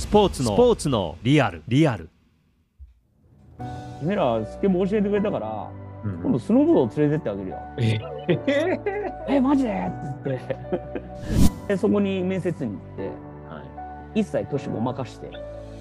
スポーツのリアル。 君らスケボー教えてくれたから、今度スノーボードを連れてってあげるよ。マジでって言ってでそこに面接に行って、一切年ごまかして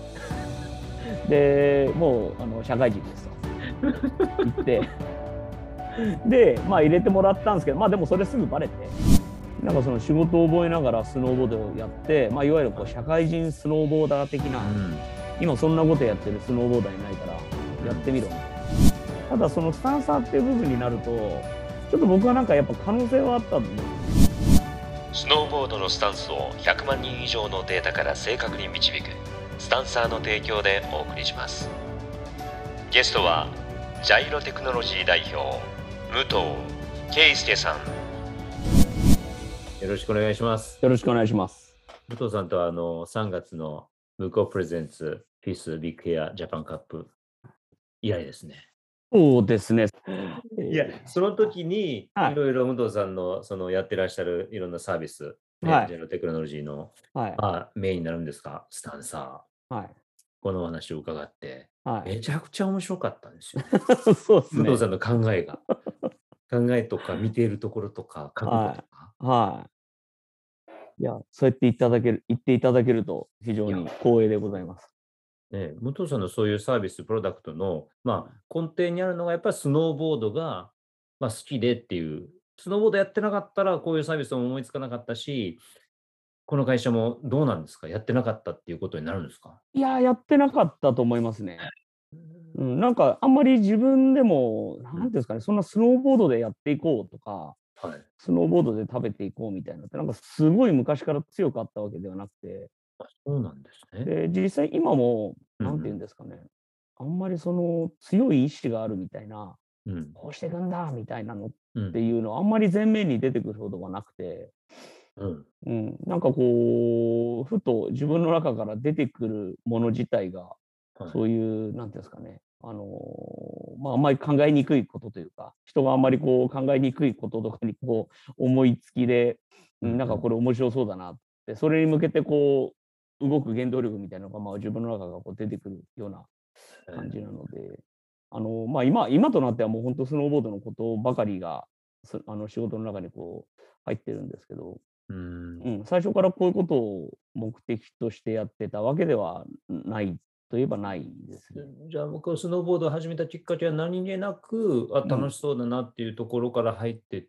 でもう社会人ですと言ってで入れてもらったんですけど、でもそれすぐバレて、なんかその仕事を覚えながらスノーボードをやって、いわゆる社会人スノーボーダー的な、今そんなことやってるスノーボーダーいないからやってみろ。ただそのスタンサーっていう部分になると、ちょっと僕はなんかやっぱ可能性はあったと思う。 スノーボードのスタンスを100万人以上のデータから正確に導くスタンサーの提供でお送りします。ゲストはジャイロテクノロジー代表武藤圭介さん。 よろしくお願いします。 よろしくお願いします。 武藤さんとは3月の向こうプレゼンツフィスビッグエアジャパンカップ以来ですね。 そうですね。 いや、その時にいろいろ武藤さんのそのやってらっしゃるいろんなサービス、ジャイロテクノロジーの、メインになるんですか、スタンサー。このお話を伺って、めちゃくちゃ面白かったんですよ。 そうですね。 武藤さんの考えとか見ているところとか書くこととか。 いや、そうやって言っていただけると非常に光栄でございます。 武藤さんのそういうサービス、プロダクトの、根底にあるのがやっぱりスノーボードが、好きでっていう、スノーボードやってなかったらこういうサービスも思いつかなかったし、この会社もどうなんですか、やってなかったっていうことになるんですか？ いや、やってなかったと思いますね。なんかあんまり自分でも、なんていうんですかね、そんなスノーボードでやっていこうとか、スノーボードで食べていこうみたいなのって、なんかすごい昔から強くあったわけではなくて。 そうなんですね。 で、実際今も、なんていうんですかね、あんまりその強い意志があるみたいな、こうしていくんだみたいなのっていうのはあんまり前面に出てくることがなくて、なんかこう、ふと自分の中から出てくるもの自体が、そういう、なんていうんですかね、あんまり考えにくいことというか、人があんまりこう考えにくいこととかにこう思いつきで、なんかこれ面白そうだなって、それに向けてこう動く原動力みたいなのが自分の中がこう出てくるような感じなので、今となってはもう本当スノーボードのことばかりが仕事の中にこう入ってるんですけど、最初からこういうことを目的としてやってたわけではないといえばないですね。 じゃあ僕はスノーボードを始めたきっかけは何気なく、楽しそうだなっていうところから入ってって、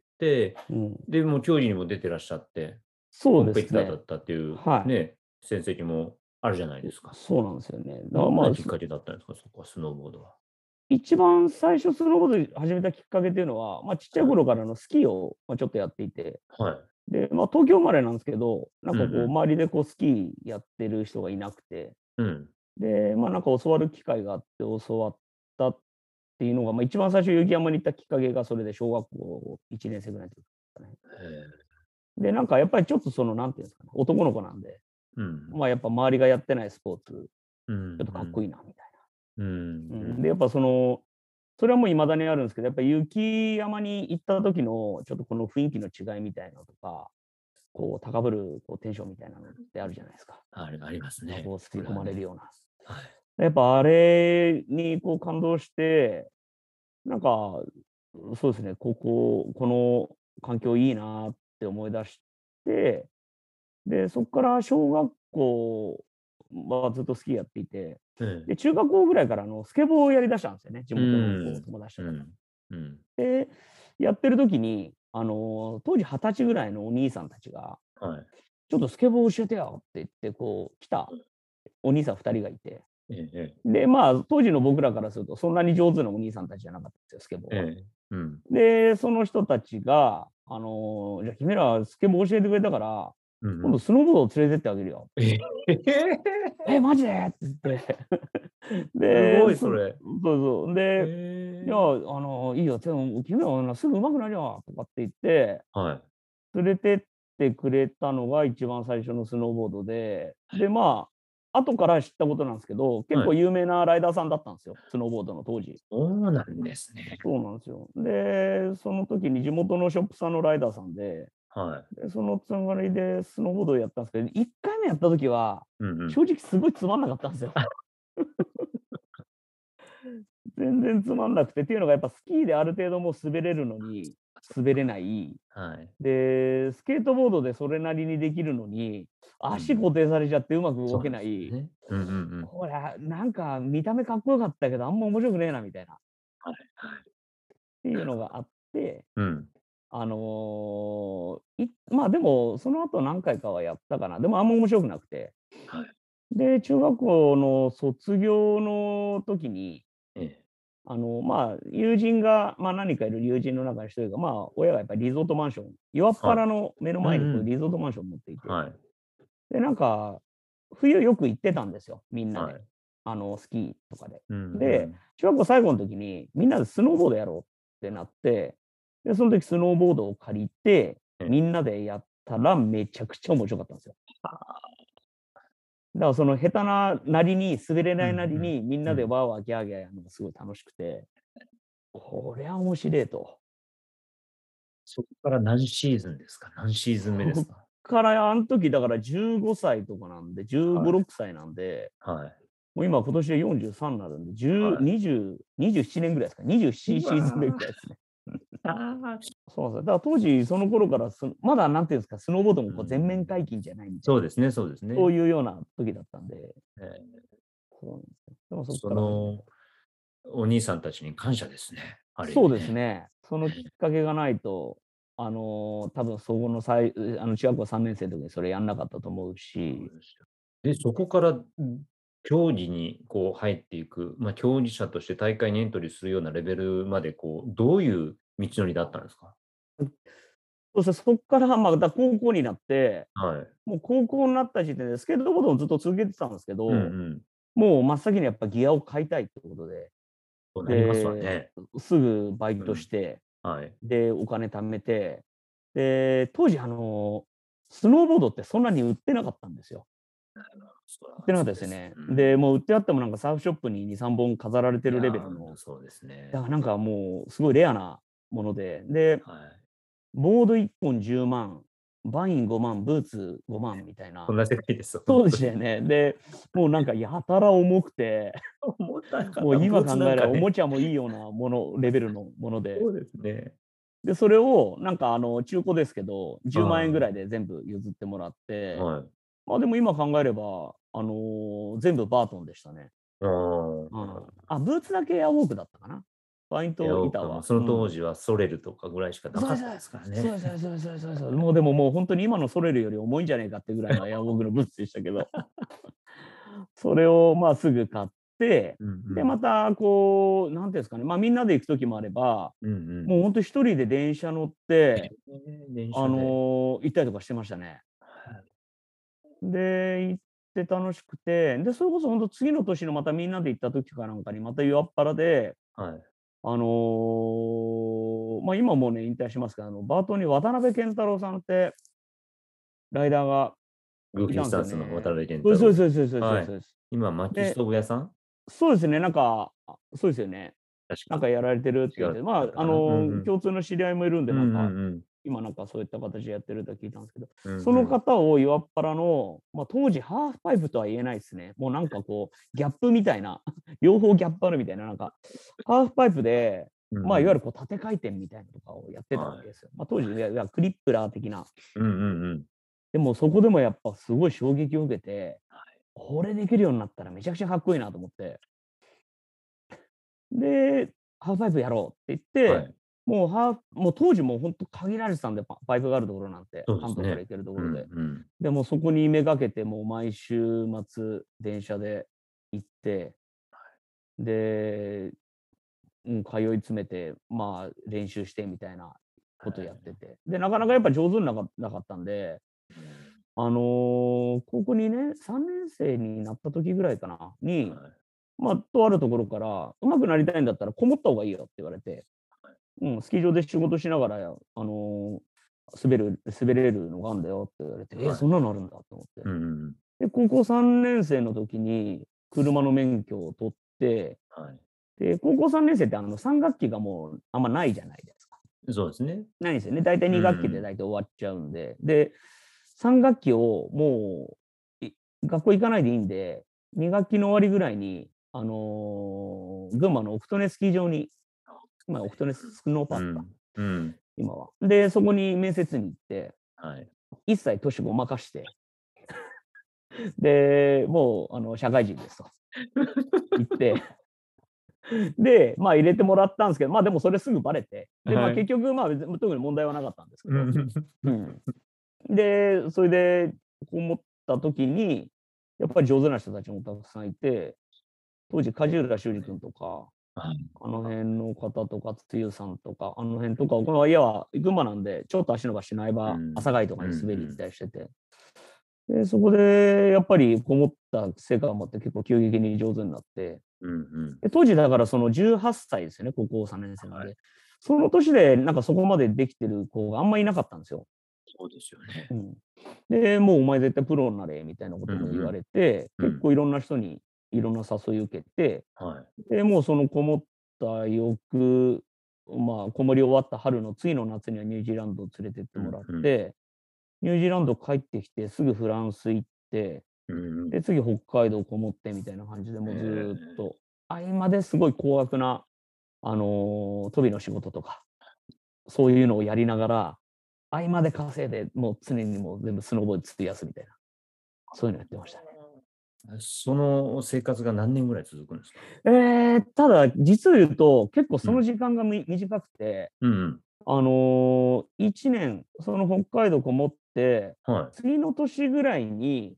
でもう競技にも出てらっしゃって、コンペティターだったっていうね、戦績もあるじゃないですか。 そうなんですよね。 どんなきっかけだったんですか、そこはスノーボードは。 一番最初スノーボード始めたきっかけっていうのは、ちっちゃい頃からのスキーをちょっとやっていて、で、東京生まれなんですけど、なんかこう周りでこうスキーやってる人がいなくて、で、なんか教わる機会があって教わったっていうのが、一番最初雪山に行ったきっかけがそれで小学校1年生ぐらいの時ですかね。で、なんかやっぱりちょっとその、なんていうんですかね、男の子なんで、やっぱ周りがやってないスポーツ、ちょっとかっこいいなみたいな。で、やっぱそれはもう未だにあるんですけど、やっぱ雪山に行った時のちょっとこの雰囲気の違いみたいなのとか、こう高ぶるこうテンションみたいなのってあるじゃないですか。 ありますね。 こう吸い込まれるような。やっぱあれにこう感動して、なんか、そうですね、この環境いいなって思い出して、で、そこから小学校はずっとスキーやっていて、で、中学校ぐらいからスケボーをやりだしたんですよね、地元のこう友達とかと。で、やってる時に、当時20歳ぐらいのお兄さんたちが、ちょっとスケボー教えてよって言って、こう来たお兄さん2人がいて、で、当時の僕らからすると、そんなに上手なお兄さんたちじゃなかったんですよ、スケボーは。で、その人たちが、じゃあ君らスケボー教えてくれたから、今度スノーボードを連れてってあげるよ。マジでって言って。 で、すごいそれ。 そう。で、いや、いいよ、君らすぐ上手くなるよとかって言って、連れてってくれたのが一番最初のスノーボードで、で、後から知ったことなんですけど、結構有名なライダーさんだったんですよ、スノーボードの当時。 そうなんですね。 そうなんですよ。で、その時に地元のショップさんのライダーさんで、 はで、そのつながりでスノーボードをやったんですけど、1回目やった時は、 い。 正直すごいつまんなかったんですよ。全然つまんなくて、っていうのがやっぱスキーである程度もう滑れるのに滑れない。 はい。 で、スケートボードでそれなりにできるのに、足固定されちゃってうまく動けそうでない。 すよね。うんうんうん。 これ、なんか見た目かっこよかったけど、あんま面白くねえなみたいな、っはいはい。 ていうのがあって、 うん。 まあ、でも、その後何回かはやったかな。でもあんま面白くなくて。 はい。 で、中学校の卒業の時に、 ええ。 まあ、友人が、まあ、何人かいる友人の中に一人が、まあ、親がやっぱりリゾートマンション、岩っはい。 腹の目の前にこううんうん。 リゾートマンション持っていて、 はい。 で、なんか、冬よく行ってたんですよ、みんなで。 はい。 スキーとかで。 うんうで、 ん。 中学校最後の時に、みんなでスノーボードやろうってなって、で、その時スノーボードを借りて、 ええ。 みんなでやったらめちゃくちゃ面白かったんですよ。だからその下手ななりに、滑れうんないなりうん。 に、みんなでうん。 ワーワーギャーギャーやるのがすごい楽しくて、こりゃ面白えと。 そこから何シーズンですか？何シーズン目ですそっか？ からあん時だから15歳とかなんで、15、 はい。 6歳なんで、 はい。 もう今年で43になるんで、 はい。 27年ぐらいですか。27シうーズン目ぐわ。 らいですね。 ああ。 そうなんですよ。だから当時その頃からまだなんていうんですか、スノーボードもうこう全面ん。 解禁じゃないみたいな、 そうですねそうですね。 そういうような時だったんで、 ええ、 そうなんですよ。でもそこそから始めのお兄さんたちに感謝ですね。ある意そうです味ね。 ね。そのきっかけがないと、多分そこの中学校3年生の時にそれやんなかったと思うし、 そうですよ。で、そこから、競技にこう入っていく、競技者として大会にエントリーするようなレベルまで、どういう道のりだったんですか？ そしてそこから、まあ、高校になって、 はい。 もう高校になった時点でスケートボードをずっと続けてたんですけうんうど、 ん。 もう真っ先にやっぱギアを買いたいってことで、 そうなりますわで、 ね。 すぐバイうん。 トして、 はい。 で、お金貯めて、で、当時スノーボードってそんなに売ってなかったんですよ。売ってなかっそうです。 たですよね。 うで、 ん。 もう売ってあってもなんかサーフショップに2、3本飾られてるレベいや、 ルの、 そうですね。 だからなんかもうすごいレアなもので、で、 はい。 ボード1本10万、バイン5万、ブーツ5万みたいな。 そんな世界ですよ、ほんそうでとに。 したよね。で、もうなんかやたら重くて、 重たかった、ブもう今考ーツなえればおもんかね。 ちゃもいいようなものレベルのもので、 そうですね。 で、それをなんか中古ですけど、10万円ぐらいあで全部譲ってもらっあ、 て、 はい。 まあ、でも今考えれば、全部バートンでしたね。 ああ、 うん。あ、ブーツだけエアウォークだったかな。パインエアウォークはもうト板は。 その当うん。 時はソレルとかぐらいしかなそうですかったですからね。 そうですそうですそうですそうですそうです。もうでももう本当に今のソレルより重いんじゃねえかってぐらいのエアウォークのブーツでしたけど、それをまあすぐ買って、 うんうで、 ん。 またこう、なんていうんですかね、まあみんなで行く時もあれば、 うんうん。 もう本当一人で電車乗って、 電車で。 行ったりとかしてましたね。 はい。 で、行って楽しくて、で、それこそ本当次の年のまたみんなで行った時かなんかにまた岩っ腹で、 はい。 まあ、今もうね、引退しますけど、バートンに渡辺健太郎さんってライダーがグーフィースいたんですよタンスの渡ね。 辺健そうです太郎。 そうですそうですそうですはい。 そうです。 今、薪スで、 トーブ屋さん？ そうですね、なんか、そうですよね。 確か。 なんかやられてるって違う言って、まあ、 だったかな。うんうん。 共通の知り合いもいるんで、 うんなんか、 うんうん。 今なんかそういった形でやってるとは聞いたんですけど、 うんそのうん。 方を岩っ腹の、まあ、当時ハーフパイプとは言えないですね。もうなんかこう、ギャップみたいな、両方ギャップあるみたいな、なんか、ハーフパイプで、まあ、いわゆうんうん。 るこう縦回転みたいなのとかをやってたわはい。 けですよ。まあ、当時、いやクリップラー的な。 うんうんうん。 でもそこでもやっぱすごい衝撃を受けて、これできるようになったらめちゃくちゃかっこいいなと思って。で、ハーフパイプやろうって言って、 はい。 もう当時もうほんと限られてたんで、パイプがあるところなんて、 そうですね。 関東から行けるとこうんろで。 うん。 で、もうそこにめがけて、もう毎週末電車で行って、で、通い詰めて、まあ、練習してみたいなことやってて。で、なかなかやっぱ上手になかったんで、高校にね、3年生になった時ぐらいかな、に、 はい。 まあ、とあるところから、「上手くなりたいんだったらこもった方がいいよ」って言われて、スキー場で仕事しながら、滑れるのがあんだよって言われて、 はい。 そんなのあるんだと思って。 うんうんうん。 で、高校3年生の時に車の免許を取って、 はい。 で、高校3年生って3学期がもうあんまないじゃないですか。 そうですね。 ないんですよね。大体2学期で大体終わっちゃうんで。で、3学期をもう、学校行かないでいいんで、2学期の終わりぐらいに、群馬の奥利根スキー場に、今奥利根スノーパークか、今は。で、そこに面接に行って、一切年ごまかして、で、もう社会人ですと言って、で、まあ入れてもらったんですけど、まあでもそれすぐバレて、で、まあ結局、まあ特に問題はなかったんですけど、で、それで、こう思った時に、やっぱり上手な人たちもたくさんいて、当時、梶浦修二君とか、あの辺の方とか、つゆさんとか、あの辺とか、この家は群馬なんで、ちょっと足伸ばしないば、朝貝とかに滑り行ったりしてて、で、そこでやっぱりこもった成果を持って結構急激に上手になって、で当時だからその18歳ですよね、高校3年生まで。その年でなんかそこまでできてる子があんまりいなかったんですよ。 そうですよね。 で、もうお前絶対プロになれみたいなことも言われて、結構いろんな人にいろんな誘い受けて、で、もうそのこもった翌、まあ、こもり終わった春の次の夏にはニュージーランドを連れてってもらって、ニュージーランド帰ってきてすぐフランス行って、で、次北海道こもってみたいな感じで、もうずっと、合間ですごい高額な、飛びの仕事とか、そういうのをやりながら、合間で稼いで、もう常にもう全部スノーボード費やすみたいな、そういうのやってましたね。 その生活が何年ぐらい続くんですか？ ただ、実を言うと、結構その時間が短くて、1年、その北海道こもって、次の年ぐらいに、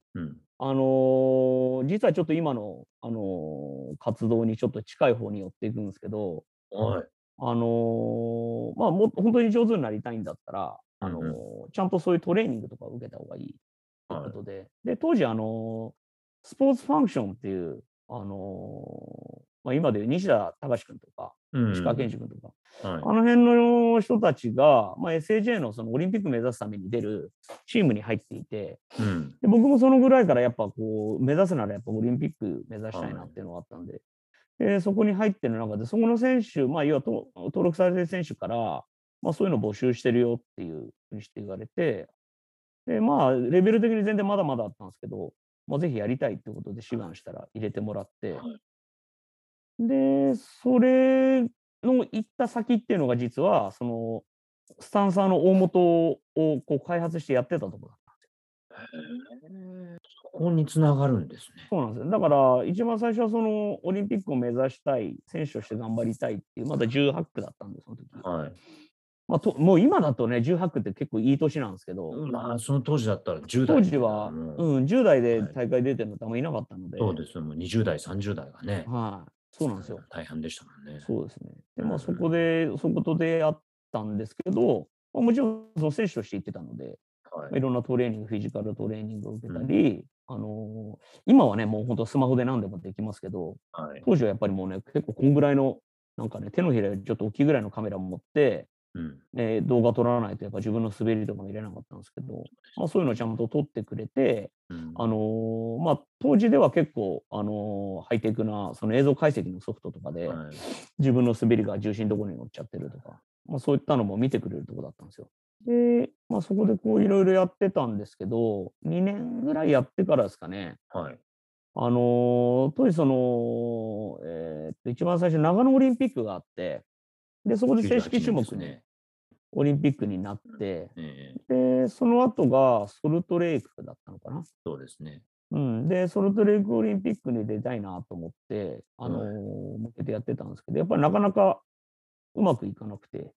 実はちょっと今の、活動にちょっと近い方に寄っていくんですけど、まあ、もっと本当に上手になりたいんだったら、ちゃんとそういうトレーニングとかを受けた方がいいってことで、で、当時スポーツファンクションっていう、まあ、今でいう西田隆君とか、石川健二君とか、あの辺の人たちが、まあ、SAJ のそのオリンピック目指すために出るチームに入っていて、で僕もそのぐらいからやっぱこう、目指すならやっぱオリンピック目指したいなっていうのがあったんで、そこに入ってる中で、そこの選手、まあ、要は登録されてる選手から、まあ、そういうの募集してるよっていうふうにして言われて、で、まあ、レベル的に全然まだまだあったんですけど、まあ、ぜひやりたいってことで志願したら入れてもらって、で、それの行った先っていうのが実は、その、スタンサーの大元をこう開発してやってたところだったんですよ。 そこに繋がるんですね。 そうなんですよ。だから一番最初はそのオリンピックを目指したい、選手として頑張りたいっていう、まだ18区だったんで、その時。まあ、もう今だとね、18区って結構いい年なんですけど、 まあ、その当時だったら10 当代時は、10代で大会出てるのってあんまいなかったので。 そうですよ、もう20代、30代がね。 そうなんですよ。 大半でしたもんね。 そうですね。で、まあ、そこと出会ったんですけど、まあ、もちろんその選手として行ってたので、いろんなトレーニング、フィジカルトレーニングを受けたり、今はね、もう本当スマホで何でもできますけど、当時はやっぱりもうね、結構こんぐらいの、なんかね、手のひらよりちょっと大きいぐらいのカメラを持って、動画撮らないとやっぱ自分の滑りとかも入れなかったんですけど、まあ、そういうのをちゃんと撮ってくれて、まあ、当時では結構、ハイテクなその映像解析のソフトとかで、自分の滑りが重心どこに乗っちゃってるとか、まあ、そういったのも見てくれるとこだったんですよ。で、まあ、そこでこういろいろやってたんですけど、2年ぐらいやってからですかね。当時その、一番最初長野オリンピックがあって、で、そこで正式種目にオリンピックになって、で、その後がソルトレイクだったのかな。 そうですね。 で、ソルトレイクオリンピックに出たいなと思って、向けてやってたんですけど、やっぱりなかなかうまくいかなくて。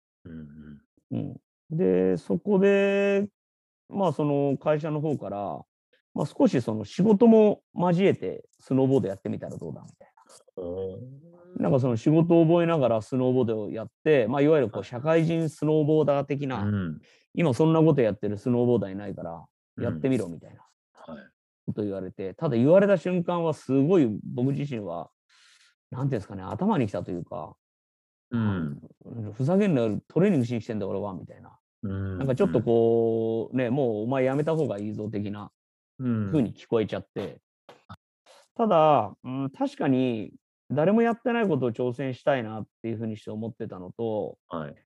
で、そこで、まあ、その会社の方から、まあ、少しその仕事も交えてスノーボードやってみたらどうだみたいな。なんかその仕事を覚えながらスノーボードをやって、まあ、いわゆるこう社会人スノーボーダー的な、今そんなことやってるスノーボーダーいないから、やってみろみたいなこと言われて、ただ言われた瞬間はすごい僕自身は、なんていうんですかね、頭にきたというか、ふざけんなよ、トレーニングしに来てんだ俺は、みたいな。なんかちょっとこう、ね、もうお前やめた方がいいぞ的な風に聞こえちゃって。ただ、確かに誰もやってないことを挑戦したいなっていう風にして思ってたのと、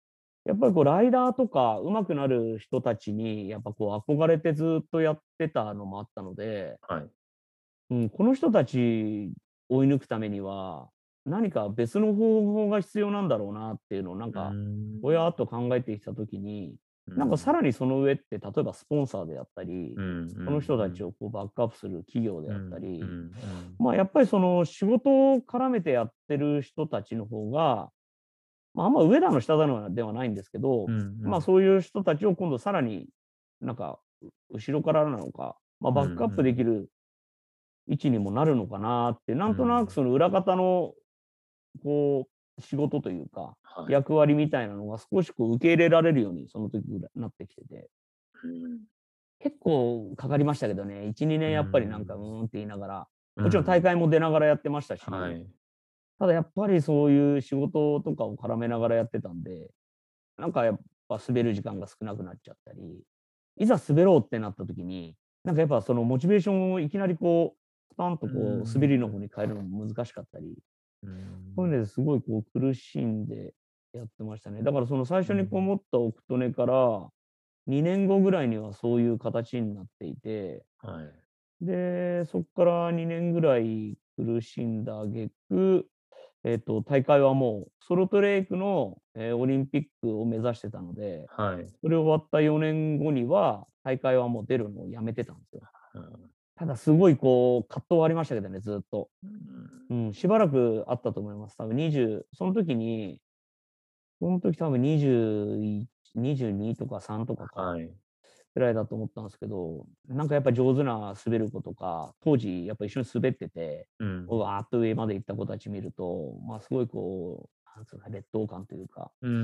やっぱりこうライダーとか上手くなる人たちにやっぱこう憧れてずっとやってたのもあったので、 はい。 この人たち追い抜くためには、何か別の方法が必要なんだろうなっていうのをなんうーか、 ん。 ぼやっと考えてきた時に、なんかさうん。 らにその上って、例えばスポンサーであったり、 うんうんその人たちうん。 をこうバックアップする企業であったうんうり、 んまあやっぱりその仕事を絡めてやってる人たちの方が、まあ、あんま上だの下だのではないんですけど、 うん。うんうまあん。 そういう人たちを今度さらになんか、後ろからなのか、まあ、 うんバックアップできる位置にもなるのかなって、なんとなくうん。 その裏方のこう仕事というか、 はい。 役割みたいなのが少しこう受け入れられるようにその時ぐらいなってきてて、 うん。 結構かかりましたけどね、1、2 う年やっぱりなんかん。 って言いながら、もちろん大うん。 会も出ながらやってましたし、 はい。 ただやっぱりそういう仕事とかを絡めながらやってたんで、なんかやっぱ滑る時間が少なくなっちゃったり、いざ滑ろうってなった時に、なんかやっぱそのモチベーションをいきなりこう、スパンとうこう滑りの方ん。 に変えるのも難しかったり、 うそういうのん。 ですごいこう苦しんでやってましたね。だからその最初にこううん。 持ったオクトネから2年後ぐらいにはそういう形になっていて、 はい。 で、そっから2年ぐらい苦しんだ挙句、大会はもうソルトレイクの、オリンピックを目指してたので、 はい。 それ終わった4年後には、大会はもう出るのをやめてたんですよ。 うん。 ただすごいこう葛藤はありましたけどね、ずっと。 うん。 しばらくあったと思います。多分20その時多分21、22とか3とかか、 はい。 ぐらいだと思ったんですけど、なんかやっぱ上手な滑る子とか、当時やっぱ一緒に滑ってて、 うん。 わーっと上まで行った子たち見ると、まあすごいこう、なんつうか、劣等感というか、 うん。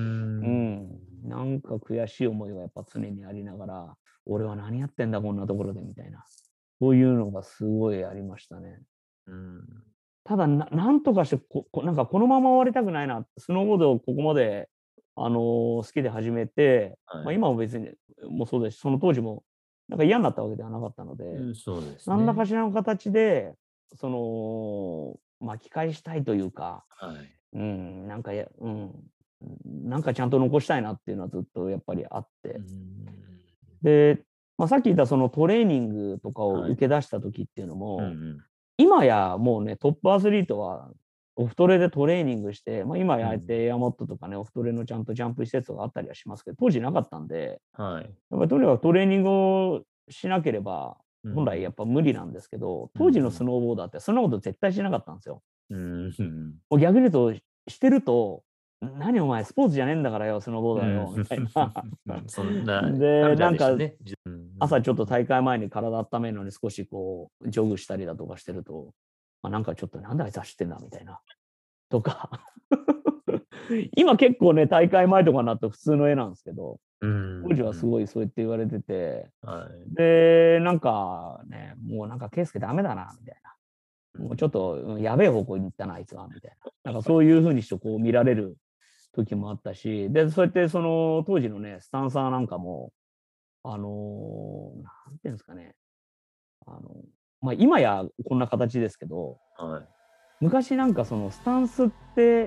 なんか悔しい思いはやっぱ常にありながら、俺は何やってんだこんなところでみたいな、そういうのがすごいありましたね。 うん。 ただ、なんとかして、なんかこのまま終わりたくないな、スノーボードをここまで、好きで始めて、まあ、 はい。 今も別にもそうですし、その当時もなんか嫌になったわけではなかったので、 うん、そうです何らね。 かしらの形で、その、巻き返したいというか、 はい。 なんかなんかちゃんと残したいなっていうのはずっとやっぱりあっうて。 ん。 で、まあ、さっき言ったそのトレーニングとかをはい。 受け出した時っていうのも、 うんうん。 今やもうね、トップアスリートはオフトレでトレーニングして、まあ、今やあえうん。 てエアモットとかね、オフトレのちゃんとジャンプ施設があったりはしますけど、当時なかったんで、 はい。 やっぱりとにかくトレーニングをしなければ、本来やっうん。 ぱ無理なんですけど、 うんう当時のスん。 ノーボーダーってそんなこと絶対しなかったんですよ。 うん。うん。 もう逆に言うと、してると、何お前スポーツじゃねえんだからよ、スノーボーうん。 ダーよ、みたいな。 そんなカで、 ルチャーなんかでしたね。うんうん。 朝ちょっと大会前に体温めるのに少しこう、ジョグしたりだとかしてると、まあ、なんかちょっとなんであいつ走ってんだみたいな。とか。今結構ね、大会前とかになると普通の絵なんですけど、 うん。 当時はうん。 すごいそうやって言われてて、 はい。 で、なんかね、もうなんか圭介ダメだな、みたいな。もうちょっと、やべえ方向に行ったな、あいつは、みたいな。なんかそういう風にしてこう見られる時もあったし、で、そうやってその当時のね、スタンサーなんかも、なんていうんですかね、あの、まあ、今やこんな形ですけど、 はい。 昔なんかそのスタンスって、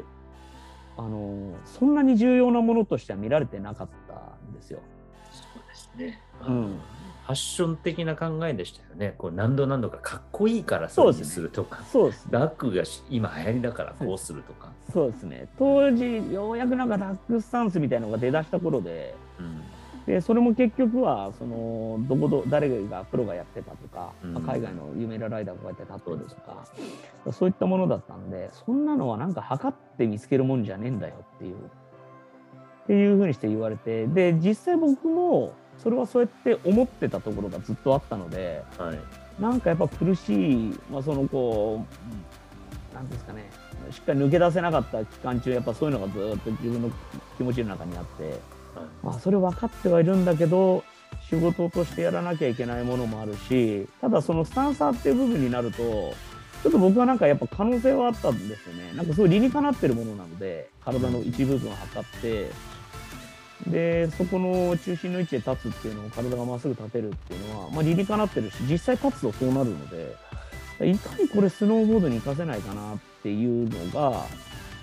そんなに重要なものとしては見られてなかったんですよ。 そうですね。 うん。 ファッション的な考えでしたよね。こう何度何度かかっこいいからそれにそうですね。 するとか、 そうですね。 ラックが今流行りだからこうするとか。 そうですね。 うん。 当時、ようやくなんかラックスタンスみたいなのが出だした頃で、 うん。 で、それも結局は、その、誰が、プロがやってたとか、 うまあ、海外ん。 の有名なライダーがこうやって立ってそうですね。 るとか、そういったものだったんで、そんなのはなんか測って見つけるもんじゃねえんだよっていう風にして言われて、で、実際僕も、それはそうやって思ってたところがずっとあったので、 はい。 なんかやっぱ苦しい、まあ、そのこう、なんですかね、しっかり抜け出せなかった期間中、やっぱそういうのがずっと自分の気持ちの中にあって、 はい。 まあ、それ分かってはいるんだけど、仕事としてやらなきゃいけないものもあるし、ただそのスタンサーっていう部分になると、ちょっと僕はなんかやっぱ可能性はあったんですよね。なんかすごい理にかなってるものなので、体の一部分を測って、で、そこの中心の位置で立つっていうのを体がまっすぐ立てるっていうのは、まあ、理にかなってるし、実際立つとそうなるので、いかにこれスノーボードに活かせないかなっていうのが、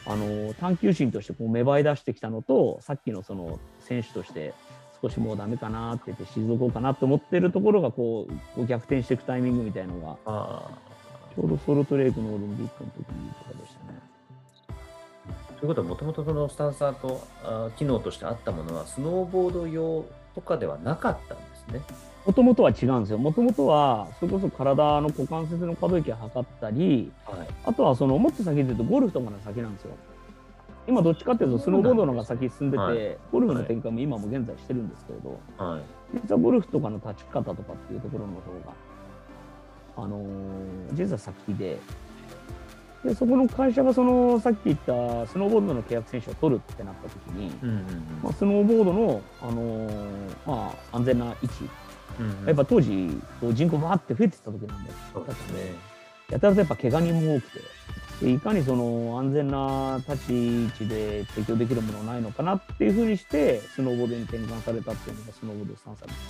探求心としてこう芽生え出してきたのと、さっきのその選手として少しもうダメかなって言って退こうかなと思ってるところがこう逆転していくタイミングみたいなのがちょうどソルトレイクのオリンピックの時とかでしたね。 ということはもともとそのスタンサーと機能としてあったものはスノーボード用とかではなかったんですね。 もともとは違うんですよ。もともとはそれこそ体の股関節の可動域を測ったり、はい、あとはそのもっと先で言うとゴルフとかの先なんですよ。今どっちかっていうとスノーボードの方が先進んでて、はい、ゴルフの展開も今も現在してるんですけれど、はい、実はゴルフとかの立ち方とかっていうところの方が、実は先で、そこの会社がそのさっき言ったスノーボードの契約選手を取るってなった時に、スノーボードの、安全な位置、やっぱ当時人口バーって増えてた時なんで、やたらとやっぱ怪我人も多くて、いかにその安全な立ち位置で提供できるものないのかなっていうふうにしてスノーボードに転換されたっていうのがスノーボードスタンサーの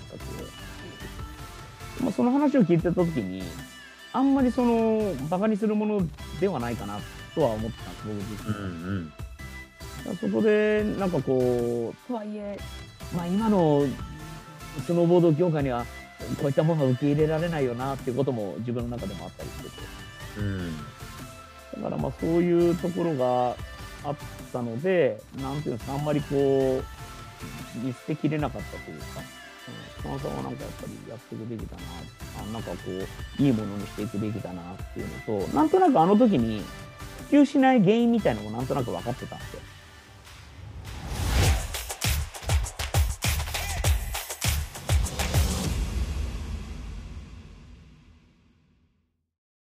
形で、その話を聞いてた時にあんまりそのバカにするものではないかなとは思ってたんです、僕自身。そこでなんかこうとはいえ、今のスノーボード業界にはこういったものは受け入れられないよなっていうことも自分の中でもあったりしてて、だからそういうところがあったので、なんていうんですか、あんまりこう見捨てきれなかったというか、スタンサーはなんかやっぱりやっていくべきだな、なんかこういいものにしていくべきだなっていうのと、なんとなくあの時に普及しない原因みたいなのもなんとなく分かってたんですよ。